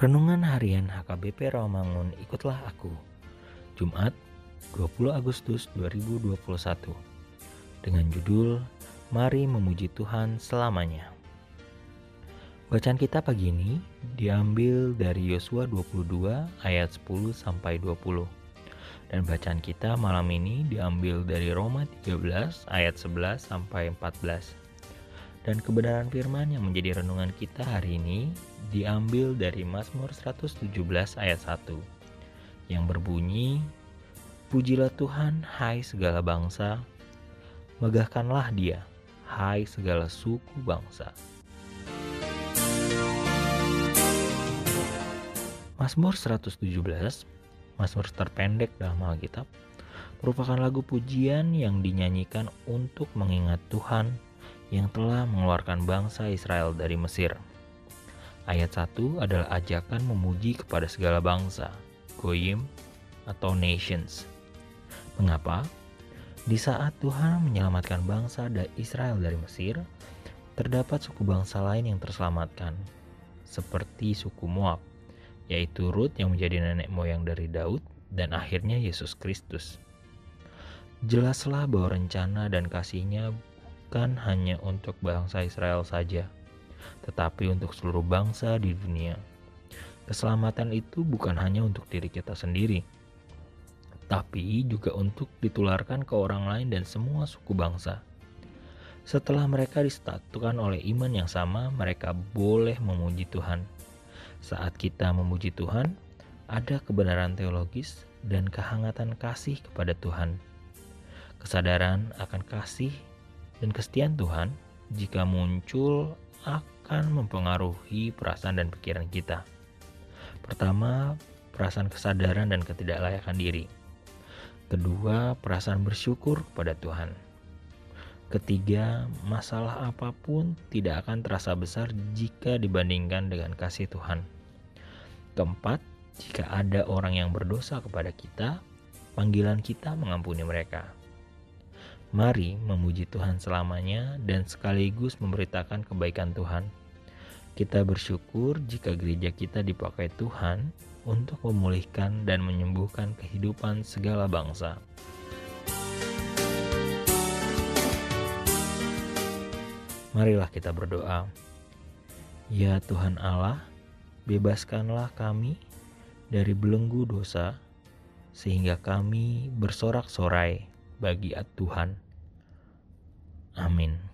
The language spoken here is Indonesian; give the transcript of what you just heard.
Renungan Harian HKBP Rawamangun, ikutlah aku. Jumat, 20 Agustus 2021. Dengan judul Mari Memuji Tuhan Selamanya. Bacaan kita pagi ini diambil dari Yosua 22 ayat 10 sampai 20. Dan bacaan kita malam ini diambil dari Roma 13 ayat 11 sampai 14. Dan kebenaran firman yang menjadi renungan kita hari ini diambil dari Mazmur 117 ayat 1 yang berbunyi, Pujilah Tuhan, hai segala bangsa, megahkanlah Dia, hai segala suku bangsa. Mazmur 117, Mazmur terpendek dalam Alkitab, merupakan lagu pujian yang dinyanyikan untuk mengingat Tuhan yang telah mengeluarkan bangsa Israel dari Mesir. Ayat 1 adalah ajakan memuji kepada segala bangsa, goyim atau nations. Mengapa? Di saat Tuhan menyelamatkan bangsa Israel dari Mesir, terdapat suku bangsa lain yang terselamatkan, seperti suku Moab, yaitu Rut yang menjadi nenek moyang dari Daud dan akhirnya Yesus Kristus. Jelaslah bahwa rencana dan kasih-Nya bukan hanya untuk bangsa Israel saja, tetapi untuk seluruh bangsa di dunia. Keselamatan itu bukan hanya untuk diri kita sendiri, tapi juga untuk ditularkan ke orang lain dan semua suku bangsa. Setelah mereka disatukan oleh iman yang sama, mereka boleh memuji Tuhan. Saat kita memuji Tuhan, ada kebenaran teologis dan kehangatan kasih kepada Tuhan. Kesadaran akan kasih dan kesetiaan Tuhan jika muncul akan mempengaruhi perasaan dan pikiran kita. Pertama, perasaan kesadaran dan ketidaklayakan diri. Kedua, perasaan bersyukur kepada Tuhan. Ketiga, masalah apapun tidak akan terasa besar jika dibandingkan dengan kasih Tuhan. Keempat, jika ada orang yang berdosa kepada kita, panggilan kita mengampuni mereka. Mari memuji Tuhan selamanya dan sekaligus memberitakan kebaikan Tuhan. Kita bersyukur jika gereja kita dipakai Tuhan untuk memulihkan dan menyembuhkan kehidupan segala bangsa. Marilah kita berdoa. Ya Tuhan Allah, bebaskanlah kami dari belenggu dosa, sehingga kami bersorak-sorai bagi Tuhan. Amin.